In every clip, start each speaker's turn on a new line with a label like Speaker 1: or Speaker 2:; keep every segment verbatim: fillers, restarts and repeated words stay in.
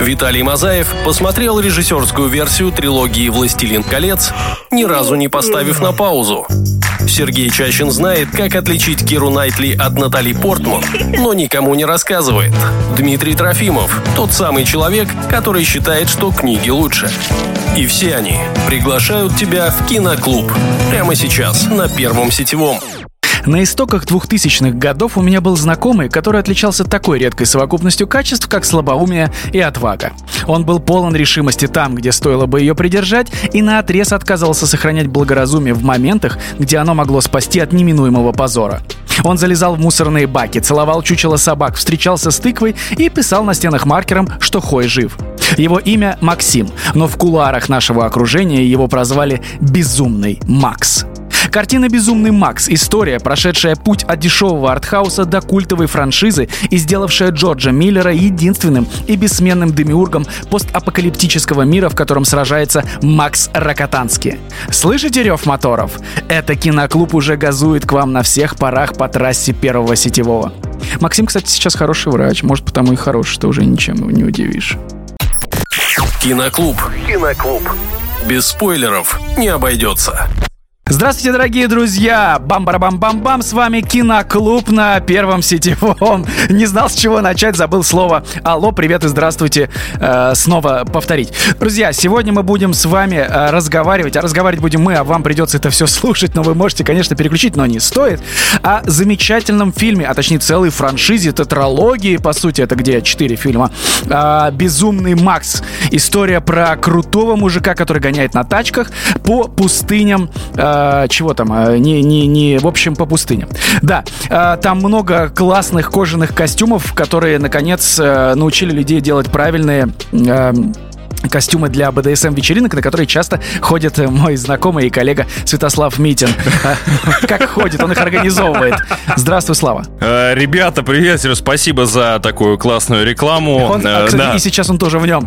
Speaker 1: Виталий Мазаев посмотрел режиссерскую версию трилогии «Властелин колец», ни разу не поставив на паузу. Сергей Чащин знает, как отличить Киру Найтли от Натали Портман, но никому не рассказывает. Дмитрий Трофимов – тот самый человек, который считает, что книги лучше. И все они приглашают тебя в киноклуб. Прямо сейчас на Первом сетевом.
Speaker 2: На истоках двухтысячных годов у меня был знакомый, который отличался такой редкой совокупностью качеств, как слабоумие и отвага. Он был полон решимости там, где стоило бы ее придержать, и наотрез отказывался сохранять благоразумие в моментах, где оно могло спасти от неминуемого позора. Он залезал в мусорные баки, целовал чучело собак, встречался с тыквой и писал на стенах маркером, что Хой жив. Его имя Максим, но в кулуарах нашего окружения его прозвали «Безумный Макс». Картина «Безумный Макс» — история, прошедшая путь от дешевого артхауса до культовой франшизы и сделавшая Джорджа Миллера единственным и бессменным демиургом постапокалиптического мира, в котором сражается Макс Рокотанский. Слышите рев моторов? Это киноклуб уже газует к вам на всех парах по трассе Первого сетевого. Максим, кстати, сейчас хороший врач, может, потому и хороший, что уже ничем его не удивишь.
Speaker 1: Киноклуб. Киноклуб. Без спойлеров не обойдется.
Speaker 2: Здравствуйте, дорогие друзья! Бам-барабам-бам-бам! С вами Киноклуб на Первом сетевом. Не знал, с чего начать, забыл слово «Алло, привет и здравствуйте» э, снова повторить. Друзья, сегодня мы будем с вами э, разговаривать, а разговаривать будем мы, а вам придется это все слушать, но вы можете, конечно, переключить, но не стоит. О замечательном фильме, а точнее целой франшизе, тетралогии, по сути, это где четыре фильма. Э, «Безумный Макс». История про крутого мужика, который гоняет на тачках по пустыням. Э, Чего там? Не, не, не, в общем, по пустыне. Да, там много классных кожаных костюмов, которые, наконец, научили людей делать правильные костюмы для бэ дэ эс эм-вечеринок, на которые часто ходит мой знакомый и коллега Святослав Митин. Как ходит, он их организовывает. Здравствуй, Слава.
Speaker 3: Ребята, привет, Сереж, спасибо за такую классную рекламу.
Speaker 2: Он, кстати, да. И сейчас он тоже в нем.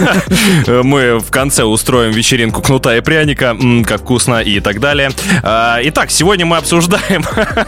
Speaker 3: Мы в конце устроим вечеринку кнута и пряника, м-м, как вкусно и так далее. Итак, сегодня мы обсуждаем...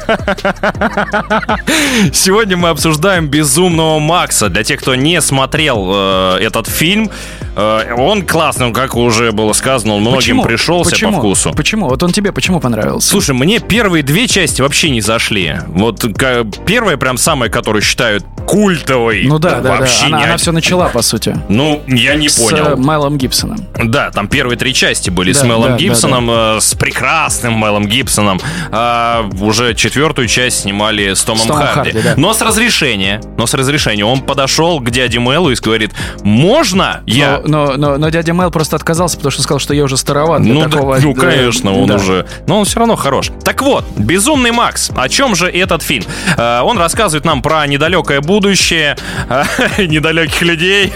Speaker 3: Сегодня мы обсуждаем «Безумного Макса». Для тех, кто не смотрел э, этот фильм, он классный, как уже было сказано, он многим почему? пришелся
Speaker 2: почему?
Speaker 3: по вкусу.
Speaker 2: Почему? Вот он тебе почему понравился?
Speaker 3: Слушай, мне первые две части вообще не зашли. Вот первая прям самая, которую считают культовой.
Speaker 2: Ну да, да,
Speaker 3: вообще
Speaker 2: да. Она,
Speaker 3: не...
Speaker 2: она все начала, по сути.
Speaker 3: Ну, я не
Speaker 2: с
Speaker 3: понял.
Speaker 2: С Мэлом Гибсоном.
Speaker 3: Да, там первые три части были да, с Мэлом да, Гибсоном, да, да. С прекрасным Мэлом Гибсоном. А уже четвертую часть снимали с Томом, с Томом Харди. Харди да. Но с разрешения. Но с разрешения. Он подошел к дяде Мэлу и говорит: можно я...
Speaker 2: Но, но, но, но дядя Мэл просто отказался, потому что сказал, что я уже староват для
Speaker 3: ну,
Speaker 2: такого.
Speaker 3: Да, ну, конечно, он
Speaker 2: да.
Speaker 3: уже... Но он все равно хорош. Так вот, «Безумный Макс». О чем же этот фильм? Он рассказывает нам про недалекое будущее, недалеких людей,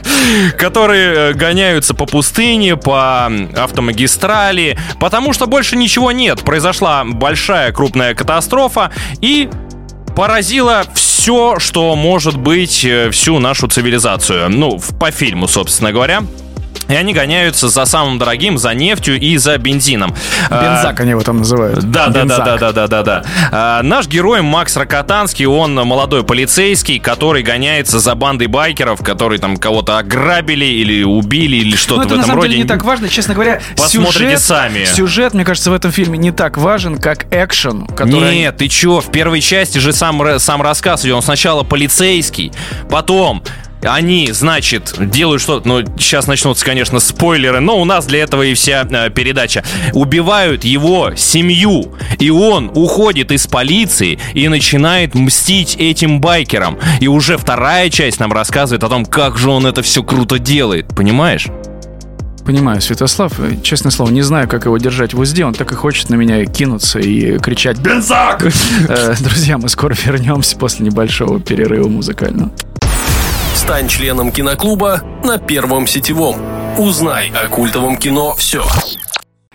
Speaker 3: которые гоняются по пустыне, по автомагистрали, потому что больше ничего нет. Произошла большая крупная катастрофа и поразила все, что может быть, всю нашу цивилизацию. Ну, по фильму, собственно говоря. И они гоняются за самым дорогим, за нефтью и за бензином.
Speaker 2: Бензак а, они его там называют.
Speaker 3: Да, да, да, да, да, да, да, да. А, наш герой Макс Рокотанский, он молодой полицейский, который гоняется за бандой байкеров, которые там кого-то ограбили или убили, или что-то в этом роде.
Speaker 2: Это на самом деле не так важно, честно говоря.
Speaker 3: Посмотрите
Speaker 2: сюжет,
Speaker 3: сами.
Speaker 2: Сюжет, мне кажется, в этом фильме не так важен, как экшен. Который...
Speaker 3: Нет, ты чё, в первой части же сам, сам рассказ идет. Он сначала полицейский, потом... Они, значит, делают что-то, ну, сейчас начнутся, конечно, спойлеры, но у нас для этого и вся э, передача. Убивают его семью, и он уходит из полиции и начинает мстить этим байкерам. И уже вторая часть нам рассказывает о том, как же он это все круто делает, понимаешь?
Speaker 2: Понимаю, Святослав, честное слово, не знаю, как его держать в узде. Он так и хочет на меня кинуться и кричать «Бензак!». Друзья, мы скоро вернемся после небольшого перерыва музыкального.
Speaker 1: Стань членом киноклуба на Первом сетевом. Узнай о культовом кино все.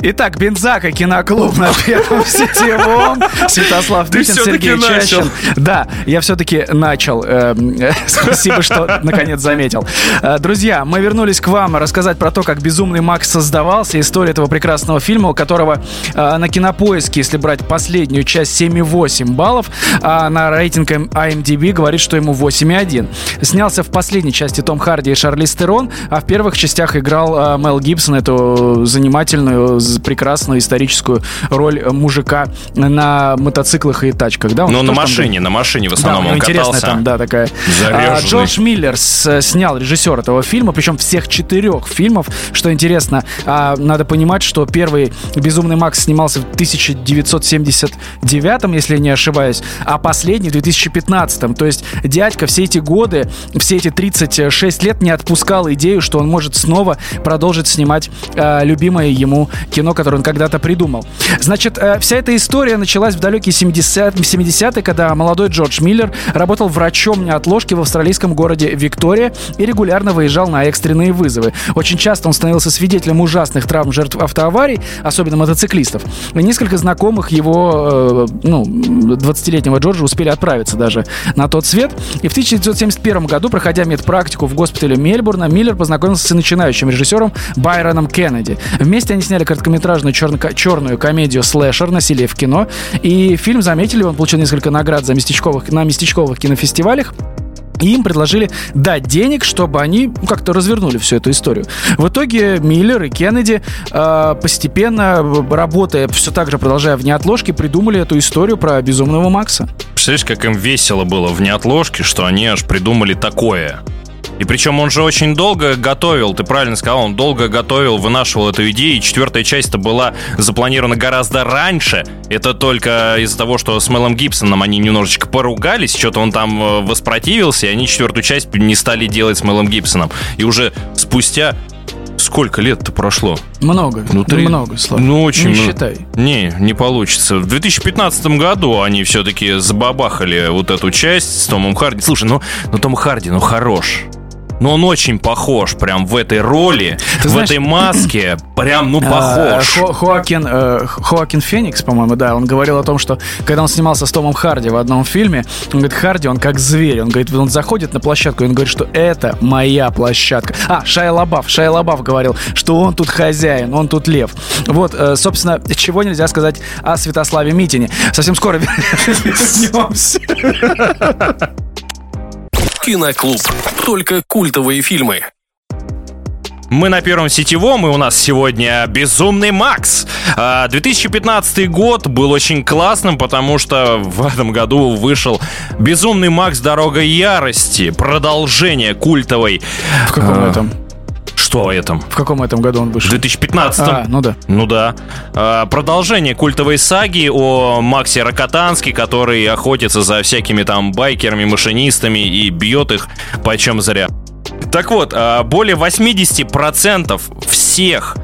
Speaker 2: Итак, Бензака, киноклуб на Первом сетевом. Святослав Митин, Сергей Чащин. Да, я все-таки начал. Спасибо, что наконец заметил. Друзья, мы вернулись к вам рассказать про то, как «Безумный Макс» создавался. История этого прекрасного фильма, у которого на Кинопоиске, если брать последнюю часть, семь и восемь баллов, а на рейтинг ай эм ди би говорит, что ему восемь и один. Снялся в последней части Том Харди и Шарлиз Терон, а в первых частях играл Мел Гибсон, эту занимательную, прекрасную историческую роль мужика на мотоциклах и тачках, да?
Speaker 3: Ну, на машине, на машине в основном
Speaker 2: да,
Speaker 3: он катался.
Speaker 2: Интересная там, да, такая. А, Джордж Миллер с, снял, режиссер этого фильма, причем всех четырех фильмов. Что интересно, а, надо понимать, что первый «Безумный Макс» снимался в тысяча девятьсот семьдесят девятом, если я не ошибаюсь, а последний в две тысячи пятнадцатом. То есть дядька все эти годы, все эти тридцать шесть лет не отпускал идею, что он может снова продолжить снимать а, любимое ему кино, которое он когда-то придумал. Значит, вся эта история началась в далекие семидесятые, когда молодой Джордж Миллер работал врачом неотложки в австралийском городе Виктория и регулярно выезжал на экстренные вызовы. Очень часто он становился свидетелем ужасных травм жертв автоаварий, особенно мотоциклистов. И несколько знакомых его, ну, двадцатилетнего Джорджа успели отправиться даже на тот свет. И в тысяча девятьсот семьдесят первом году, проходя медпрактику в госпитале Мельбурна, Миллер познакомился с начинающим режиссером Байроном Кеннеди. Вместе они сняли короткометражный короткометражную черно- черную комедию «Слэшер» «Насилие в кино». И фильм заметили, он получил несколько наград за местечковых, на местечковых кинофестивалях. И им предложили дать денег, чтобы они как-то развернули всю эту историю. В итоге Миллер и Кеннеди, э, постепенно, работая, все так же продолжая в неотложке, придумали эту историю про «Безумного Макса».
Speaker 3: Представляешь, как им весело было в неотложке, что они аж придумали такое. И причем он же очень долго готовил, ты правильно сказал, он долго готовил, вынашивал эту идею, и четвертая часть-то была запланирована гораздо раньше. Это только из-за того, что с Мелом Гибсоном они немножечко поругались, что-то он там воспротивился, и они четвертую часть не стали делать с Мелом Гибсоном. И уже спустя... Сколько лет-то прошло?
Speaker 2: Много,
Speaker 3: Внутри...
Speaker 2: много, Слав.
Speaker 3: Ну, очень...
Speaker 2: Не считай.
Speaker 3: Не, не получится. В две тысячи пятнадцатом году они все-таки забабахали вот эту часть с Томом Харди. Слушай, ну, ну Том Харди, ну хорош. Но он очень похож прям в этой роли, Ты в знаешь, этой маске, прям, ну, похож.
Speaker 2: Хо- Хоакин, э, Хоакин Феникс, по-моему, да, он говорил о том, что когда он снимался с Томом Харди в одном фильме, он говорит, Харди, он как зверь, он говорит, он заходит на площадку, и он говорит, что это моя площадка. А, Шайя Лабаф, Шайя Лабаф говорил, что он тут хозяин, он тут лев. Вот, э, собственно, чего нельзя сказать о Святославе Митине. Совсем скоро вернемся.
Speaker 1: Киноклуб. Только культовые фильмы.
Speaker 3: Мы на Первом сетевом, и у нас сегодня «Безумный Макс». две тысячи пятнадцатый год был очень классным, потому что в этом году вышел «Безумный Макс. Дорога ярости». Продолжение культовой...
Speaker 2: В каком а... этом?
Speaker 3: Что этом?
Speaker 2: В каком этом году он вышел?
Speaker 3: В две тысячи пятнадцатом.
Speaker 2: А, ну да.
Speaker 3: Ну да. А, продолжение культовой саги о Максе Рокотанске, который охотится за всякими там байкерами, машинистами и бьет их почем зря. Так вот, более восемьдесят процентов всех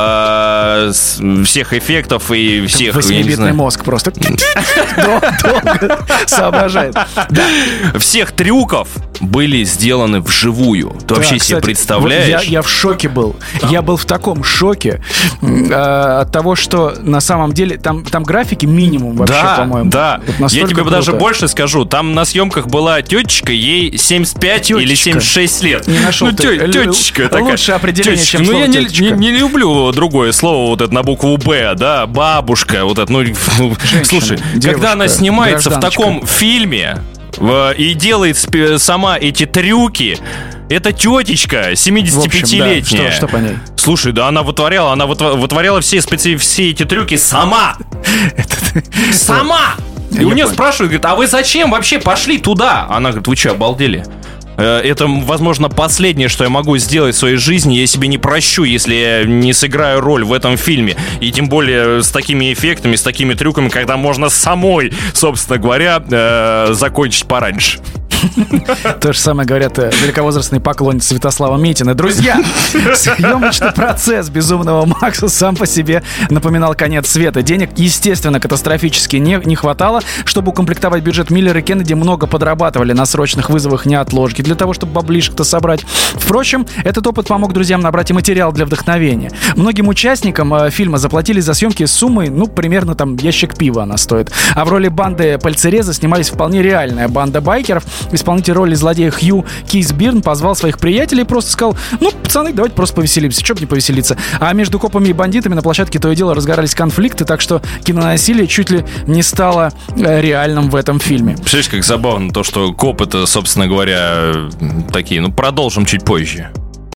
Speaker 3: всех эффектов и всех...
Speaker 2: восьмибитный мозг просто долго соображает.
Speaker 3: Всех трюков были сделаны вживую. Ты вообще себе представляешь?
Speaker 2: Я в шоке был. Я был в таком шоке от того, что на самом деле там графики минимум вообще, по-моему.
Speaker 3: Да, да. Я тебе даже больше скажу. Там на съемках была тетечка, ей семьдесят пять или семьдесят шесть лет.
Speaker 2: Не нашел.
Speaker 3: Ну, тетечка такая.
Speaker 2: Лучше определение, чем
Speaker 3: слово
Speaker 2: тетечка.
Speaker 3: Ну, я не люблю другое слово вот это на букву «Б», да, бабушка, вот это, ну,
Speaker 2: Женщина,
Speaker 3: слушай,
Speaker 2: девушка,
Speaker 3: когда она снимается в
Speaker 2: гражданочка.
Speaker 3: таком фильме и делает сама эти трюки, это тетечка семидесятипятилетняя.
Speaker 2: В общем, да. что, что по ней?
Speaker 3: Слушай, да она вытворяла, она вытворяла все, специ... все эти трюки сама. Сама! И у нее спрашивают, говорит, а вы зачем вообще пошли туда? Она говорит, вы что, обалдели? Это, возможно, последнее, что я могу сделать в своей жизни. Я себе не прощу, если я не сыграю роль в этом фильме. И тем более с такими эффектами, с такими трюками, когда можно самой, собственно говоря, э, закончить пораньше.
Speaker 2: То же самое говорят великовозрастные поклонницы Святослава Митина. Друзья, съемочный процесс «Безумного Макса» сам по себе напоминал конец света. Денег, естественно, катастрофически не, не хватало. Чтобы укомплектовать бюджет, Миллер и Кеннеди много подрабатывали на срочных вызовах неотложки для того, чтобы баблишек-то собрать. Впрочем, этот опыт помог друзьям набрать и материал для вдохновения. Многим участникам э, фильма заплатили за съемки суммой, ну, примерно там ящик пива она стоит. А в роли банды пальцереза снимались вполне реальная банда байкеров. Исполнитель роли злодея Хью Кисбирн позвал своих приятелей и просто сказал: ну, пацаны, давайте просто повеселимся, чё бы не повеселиться. А между копами и бандитами на площадке то и дело разгорались конфликты, так что кинонасилие чуть ли не стало э, реальным в этом фильме.
Speaker 3: Представляешь, как забавно то, что копы-то, собственно говоря, такие. Ну, продолжим чуть позже.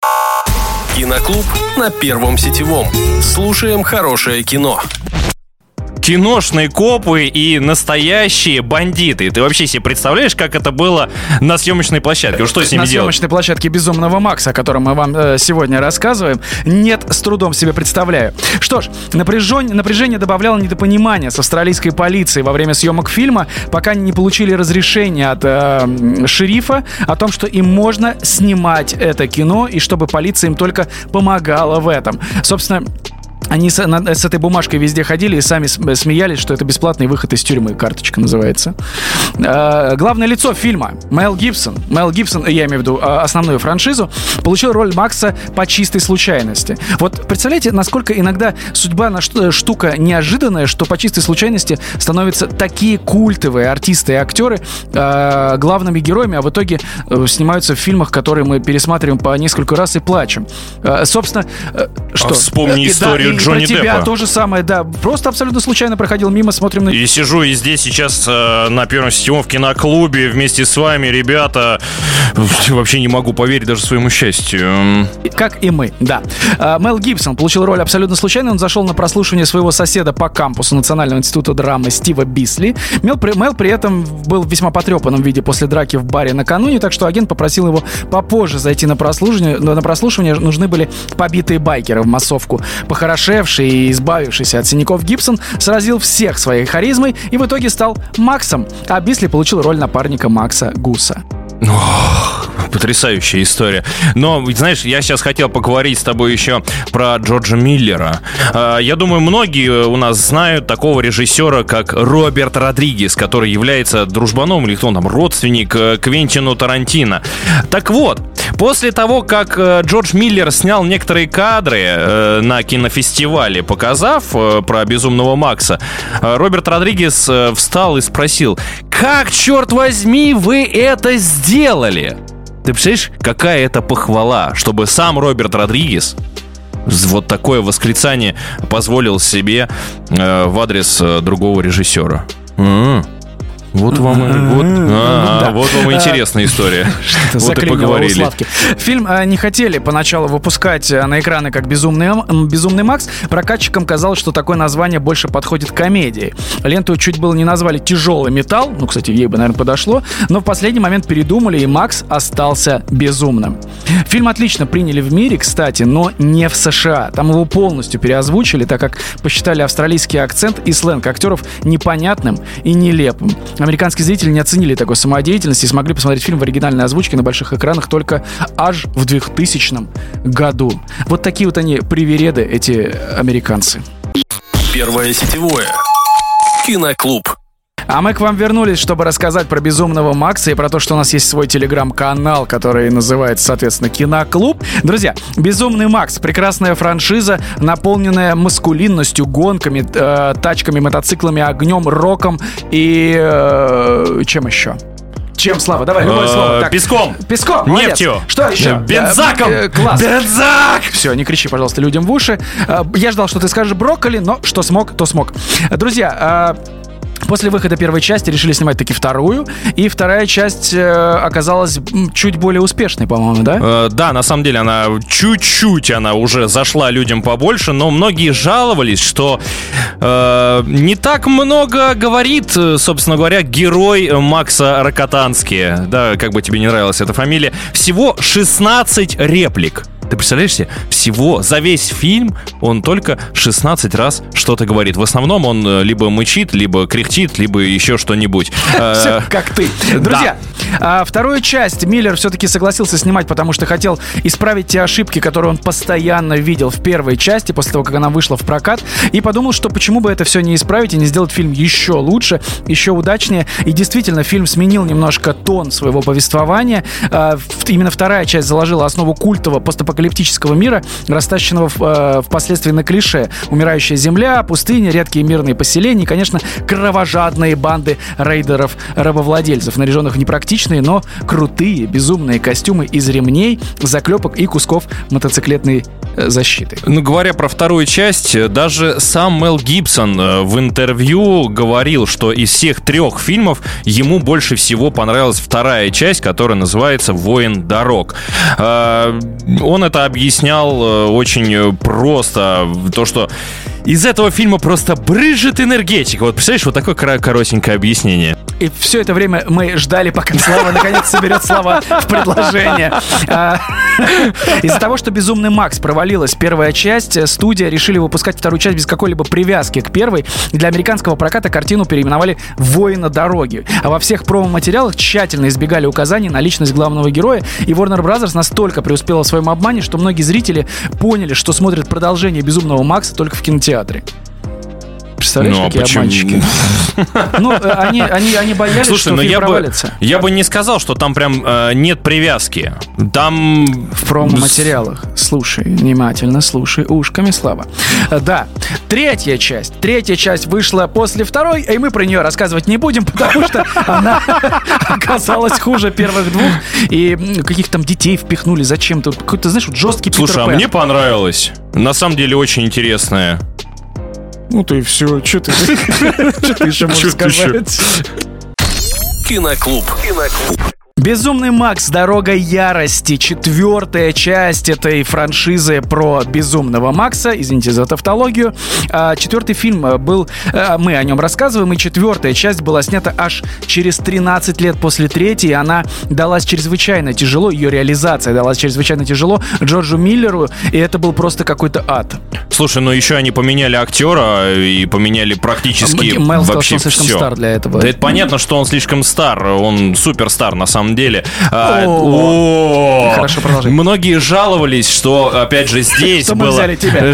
Speaker 1: Киноклуб на Первом сетевом. Слушаем хорошее кино.
Speaker 3: Киношные копы и настоящие бандиты. Ты вообще себе представляешь, как это было на съемочной площадке? Что с ними
Speaker 2: на
Speaker 3: делать?
Speaker 2: съемочной площадке «Безумного Макса», о котором мы вам э, сегодня рассказываем, нет, с трудом себе представляю. Что ж, напряжение, напряжение добавляло недопонимание с австралийской полицией во время съемок фильма, пока они не получили разрешения от э, шерифа о том, что им можно снимать это кино, и чтобы полиция им только помогала в этом. Собственно, они с, на, с этой бумажкой везде ходили и сами смеялись, что это бесплатный выход из тюрьмы. Карточка называется. Э, главное лицо фильма Мел Гибсон. Мел Гибсон, я имею в виду основную франшизу, получил роль Макса по чистой случайности. Вот представляете, насколько иногда судьба на штука неожиданная, что по чистой случайности становятся такие культовые артисты и актеры э, главными героями, а в итоге э, снимаются в фильмах, которые мы пересматриваем по несколько раз и плачем. Э, собственно, э, что?
Speaker 3: А вспомни
Speaker 2: э,
Speaker 3: историю
Speaker 2: да,
Speaker 3: Джонни
Speaker 2: про тебя
Speaker 3: Деппа.
Speaker 2: То же самое, да. Просто абсолютно случайно проходил мимо, смотрим на...
Speaker 3: И сижу и здесь сейчас э, на Первом сетевом в киноклубе вместе с вами, ребята. Вообще не могу поверить даже своему счастью.
Speaker 2: Как и мы, да. А, Мел Гибсон получил роль абсолютно случайно. Он зашел на прослушивание своего соседа по кампусу Национального института драмы Стива Бисли. Мел при, Мел при этом был в весьма потрепанном виде после драки в баре накануне, так что агент попросил его попозже зайти на прослушивание. Но на прослушивание нужны были побитые байкеры в массовку. Похорошевший и избавившийся от синяков Гибсон сразил всех своей харизмой и в итоге стал Максом, а Бисли получил роль напарника Макса Гуса.
Speaker 3: Ох, потрясающая история. Но, знаешь, я сейчас хотел поговорить с тобой еще про Джорджа Миллера. Я думаю, многие у нас знают такого режиссера, как Роберт Родригес, который является дружбаном или кто он там, родственник Квентину Тарантино. Так вот, после того, как Джордж Миллер снял некоторые кадры на кинофестивале, показав про «Безумного Макса», Роберт Родригес встал и спросил: «Как, черт возьми, вы это сделали?» Ты представляешь, какая это похвала, чтобы сам Роберт Родригес вот такое восклицание позволил себе э, в адрес э, другого режиссера. Mm-hmm. Вот вам, вот, а, да. вот вам интересная история. Вот и поговорили.
Speaker 2: Фильм а, не хотели поначалу выпускать на экраны как «Безумный, «Безумный Макс». Прокатчикам казалось, что такое название больше подходит к комедии. Ленту чуть было не назвали «Тяжелый металл». Ну, кстати, ей бы, наверное, подошло. Но в последний момент передумали, и Макс остался безумным. Фильм отлично приняли в мире, кстати, но не в США. Там его полностью переозвучили, так как посчитали австралийский акцент и сленг актеров непонятным и нелепым. Американские зрители не оценили такой самодеятельности и смогли посмотреть фильм в оригинальной озвучке на больших экранах только аж в двухтысячном году. Вот такие вот они привереды, эти американцы.
Speaker 1: Первое сетевое. Киноклуб.
Speaker 2: А мы к вам вернулись, чтобы рассказать про «Безумного Макса» и про то, что у нас есть свой телеграм-канал, который называется, соответственно, «Киноклуб». Друзья, «Безумный Макс» — прекрасная франшиза, наполненная маскулинностью, гонками, э, тачками, мотоциклами, огнем, роком и... Э, чем еще? Чем, Слава? Давай, любое слово. Так.
Speaker 3: Песком.
Speaker 2: Песком, молодец.
Speaker 3: Нефтью.
Speaker 2: Что еще?
Speaker 3: Бензаком.
Speaker 2: Э, класс.
Speaker 3: Бензак.
Speaker 2: Все, не кричи, пожалуйста, людям в уши. Э, я ждал, что ты скажешь брокколи, но что смог, то смог. Друзья, э, после выхода первой части решили снимать таки вторую, и вторая часть э, оказалась чуть более успешной, по-моему, да?
Speaker 3: Э, да, на самом деле она чуть-чуть, она уже зашла людям побольше, но многие жаловались, что э, не так много говорит, собственно говоря, герой Макса Рокотанский. Да, как бы тебе не нравилась эта фамилия. Всего шестнадцать реплик. Ты представляешь себе? Всего за весь фильм он только шестнадцать раз что-то говорит. В основном он либо мычит, либо кряхтит, либо еще что-нибудь.
Speaker 2: Все как ты. Друзья, А вторую часть Миллер все-таки согласился снимать, потому что хотел исправить те ошибки, которые он постоянно видел в первой части, после того, как она вышла в прокат, и подумал, что почему бы это все не исправить и не сделать фильм еще лучше, еще удачнее. И действительно, фильм сменил немножко тон своего повествования. А, именно вторая часть заложила основу культового постапокалиптического мира, растащенного в, а, впоследствии на клише. Умирающая земля, пустыня, редкие мирные поселения и, конечно, кровожадные банды рейдеров-рабовладельцев, наряженных в непрактичные, но крутые, безумные костюмы из ремней, заклепок и кусков мотоциклетной э, защиты.
Speaker 3: Ну, говоря про вторую часть, даже сам Мел Гибсон в интервью говорил, что из всех трех фильмов ему больше всего понравилась вторая часть, которая называется «Воин дорог». Он это объяснял очень просто, то, что из этого фильма просто брызжет энергетика. Вот представляешь, вот такое коротенькое объяснение.
Speaker 2: И все это время мы ждали, пока Слава наконец соберет слова в предложение. Из-за того, что «Безумный Макс» провалилась первая часть, студия решили выпускать вторую часть без какой-либо привязки к первой. Для американского проката картину переименовали «Воина дороги». А во всех промо-материалах тщательно избегали указаний на личность главного героя. И Warner Bros. Настолько преуспела в своем обмане, что многие зрители поняли, что смотрят продолжение «Безумного Макса» только в кинотеатре. Представляешь,
Speaker 3: ну,
Speaker 2: какие
Speaker 3: почему?
Speaker 2: обманщики? Ну, они, они, они боялись,
Speaker 3: Слушай,
Speaker 2: что
Speaker 3: но
Speaker 2: фильм
Speaker 3: я
Speaker 2: провалится.
Speaker 3: бы, я бы не сказал, что там прям э, нет привязки. Там...
Speaker 2: В промо-материалах. Слушай, внимательно слушай ушками, Слава. Да, третья часть. Третья часть вышла после второй, и мы про нее рассказывать не будем, потому что она оказалась хуже первых двух. И каких там детей впихнули зачем-то. Какой-то, знаешь, вот жесткий Питер Пэн.
Speaker 3: Слушай, а мне понравилось. На самом деле очень интересная.
Speaker 2: Ну ты все, что ты Что ты еще можешь сказать?
Speaker 1: Киноклуб. Киноклуб.
Speaker 2: «Безумный Макс. Дорога ярости». Четвертая часть этой франшизы про Безумного Макса. Извините за тавтологию. Четвертый фильм был... Мы о нем рассказываем. И четвертая часть была снята аж через тринадцать лет после третьей. Она далась чрезвычайно тяжело. Ее реализация далась чрезвычайно тяжело Джорджу Миллеру. И это был просто какой-то ад.
Speaker 3: Слушай, ну еще они поменяли актера и поменяли практически
Speaker 2: Мэл сказал,
Speaker 3: вообще
Speaker 2: что он слишком
Speaker 3: все.
Speaker 2: стар для этого.
Speaker 3: Да это понятно, что он слишком стар. Он суперстар на самом деле. А, о,
Speaker 2: Хорошо, продолжай.
Speaker 3: Многие жаловались, что, опять же, здесь
Speaker 2: что
Speaker 3: было...
Speaker 2: мы взяли тебя.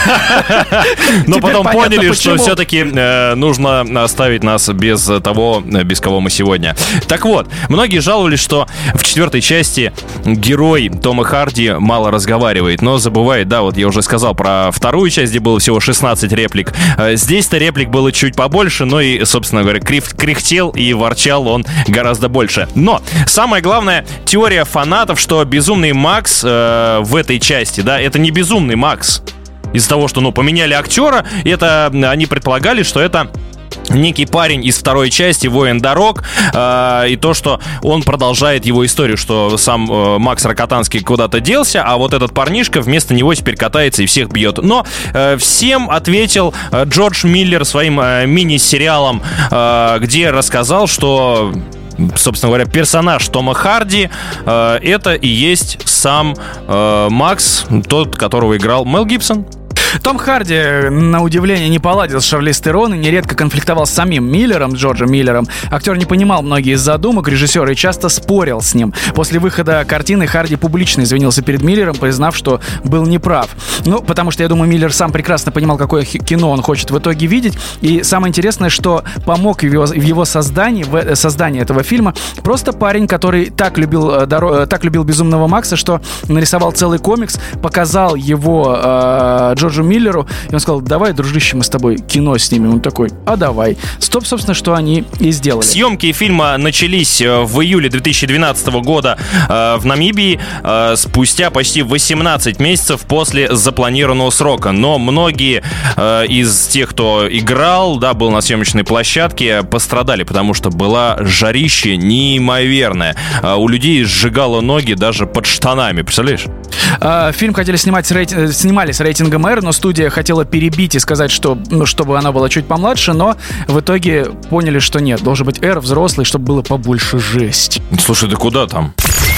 Speaker 3: Но потом
Speaker 2: понятно,
Speaker 3: поняли,
Speaker 2: почему.
Speaker 3: что все-таки э, нужно оставить нас без того, без кого мы сегодня. Так вот, многие жаловались, что в четвертой части герой Тома Харди мало разговаривает, но забывает, да, вот я уже сказал про вторую часть, где было всего шестнадцать реплик. Здесь-то реплик было чуть побольше, но и, собственно говоря, крив- кряхтел и ворчал он гораздо больше. Но самое главное, теория фанатов, что Безумный Макс э, в этой части, да, это не Безумный Макс. Из-за того, что, ну, поменяли актера, это они предполагали, что это некий парень из второй части «Воин дорог», э, и то, что он продолжает его историю, что сам э, Макс Рокотанский куда-то делся, а вот этот парнишка вместо него теперь катается и всех бьет. Но э, всем ответил э, Джордж Миллер своим э, мини-сериалом, э, где рассказал, что... Собственно говоря, персонаж Тома Харди э, это и есть сам э, Макс, тот, которого играл Мел Гибсон.
Speaker 2: Том Харди, на удивление, не поладил с Шарлиз Терон и нередко конфликтовал с самим Миллером, Джорджем Миллером. Актер не понимал многие из задумок режиссера и часто спорил с ним. После выхода картины Харди публично извинился перед Миллером, признав, что был неправ. Ну, потому что, я думаю, Миллер сам прекрасно понимал, какое кино он хочет в итоге видеть. И самое интересное, что помог в его, в его создании, в создании этого фильма просто парень, который так любил, доро, так любил «Безумного Макса», что нарисовал целый комикс, показал его э, Джорджу Миллеру, и он сказал: давай, дружище, мы с тобой кино снимем. Он такой: а давай. Стоп, собственно, что они и сделали.
Speaker 3: Съемки фильма начались в июле две тысячи двенадцатого года э, в Намибии, э, спустя почти восемнадцать месяцев после запланированного срока. Но многие э, из тех, кто играл, да, был на съемочной площадке, пострадали, потому что была жарище неимоверное. Э, у людей сжигало ноги даже под штанами, представляешь?
Speaker 2: Э, фильм хотели снимать с рейти... снимали с рейтингом R, но студия хотела перебить и сказать, что, ну, чтобы она была чуть помладше, но в итоге поняли, что нет, должен быть R взрослый, чтобы было побольше жесть.
Speaker 3: Слушай, да куда там?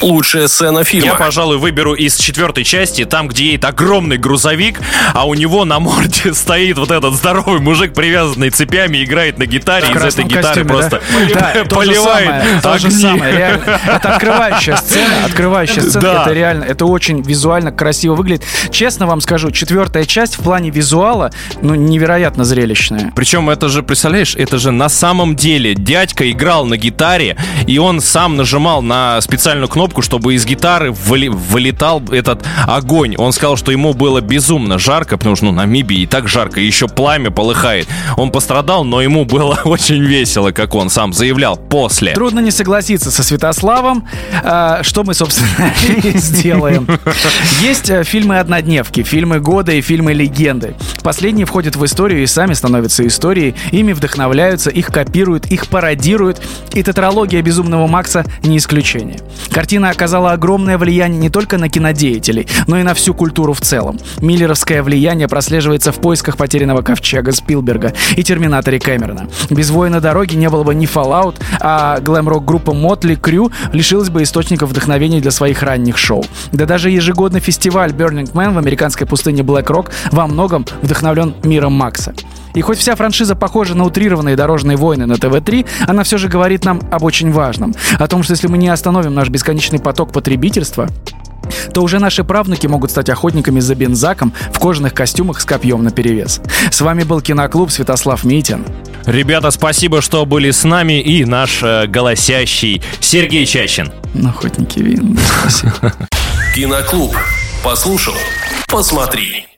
Speaker 1: Лучшая сцена фильма.
Speaker 3: Я, пожалуй, выберу из четвертой части, там, где едет огромный грузовик, а у него на морде стоит вот этот здоровый мужик, привязанный цепями, играет на гитаре, из этой гитары
Speaker 2: костюме,
Speaker 3: просто
Speaker 2: да? Да,
Speaker 3: поливает
Speaker 2: то же самое, реально. Это открывающая сцена, открывающая сцена,
Speaker 3: Да.
Speaker 2: это реально, это очень визуально красиво выглядит. Честно вам скажу, четвертая часть в плане визуала, ну, невероятно зрелищная.
Speaker 3: Причем это же, представляешь, это же на самом деле дядька играл на гитаре, и он сам нажимал на специальную кнопку, чтобы из гитары выли- вылетал этот огонь. Он сказал, что ему было безумно жарко, потому что, ну, на Намибии и так жарко, и еще пламя полыхает. Он пострадал, но ему было очень весело, как он сам заявлял после.
Speaker 2: Трудно не согласиться со Святославом, а, что мы, собственно, и сделаем. Есть э, фильмы-однодневки, фильмы года и фильмы-легенды. Последние входят в историю и сами становятся историей, ими вдохновляются, их копируют, их пародируют, и тетралогия «Безумного Макса» не исключение. Картина оказала огромное влияние не только на кинодеятелей, но и на всю культуру в целом. Миллеровское влияние прослеживается в «Поисках потерянного ковчега» Спилберга и «Терминаторе» Кэмерона. Без «Воина дороги» не было бы ни Fallout, а глэм-рок-группа Motley Crue лишилась бы источников вдохновения для своих ранних шоу. Да даже ежегодный фестиваль Burning Man в американской пустыне Black Rock во многом вдохновлен миром Макса. И хоть вся франшиза похожа на утрированные «Дорожные войны» на тэ вэ три, она все же говорит нам об очень важном. О том, что если мы не остановим наш бесконечный поток потребительства, то уже наши правнуки могут стать охотниками за бензаком в кожаных костюмах с копьем наперевес. С вами был Киноклуб, Святослав Митин.
Speaker 3: Ребята, спасибо, что были с нами, и наш э, голосящий Сергей Чащин.
Speaker 2: Охотники вин. Спасибо.
Speaker 1: Киноклуб. Послушал, посмотри.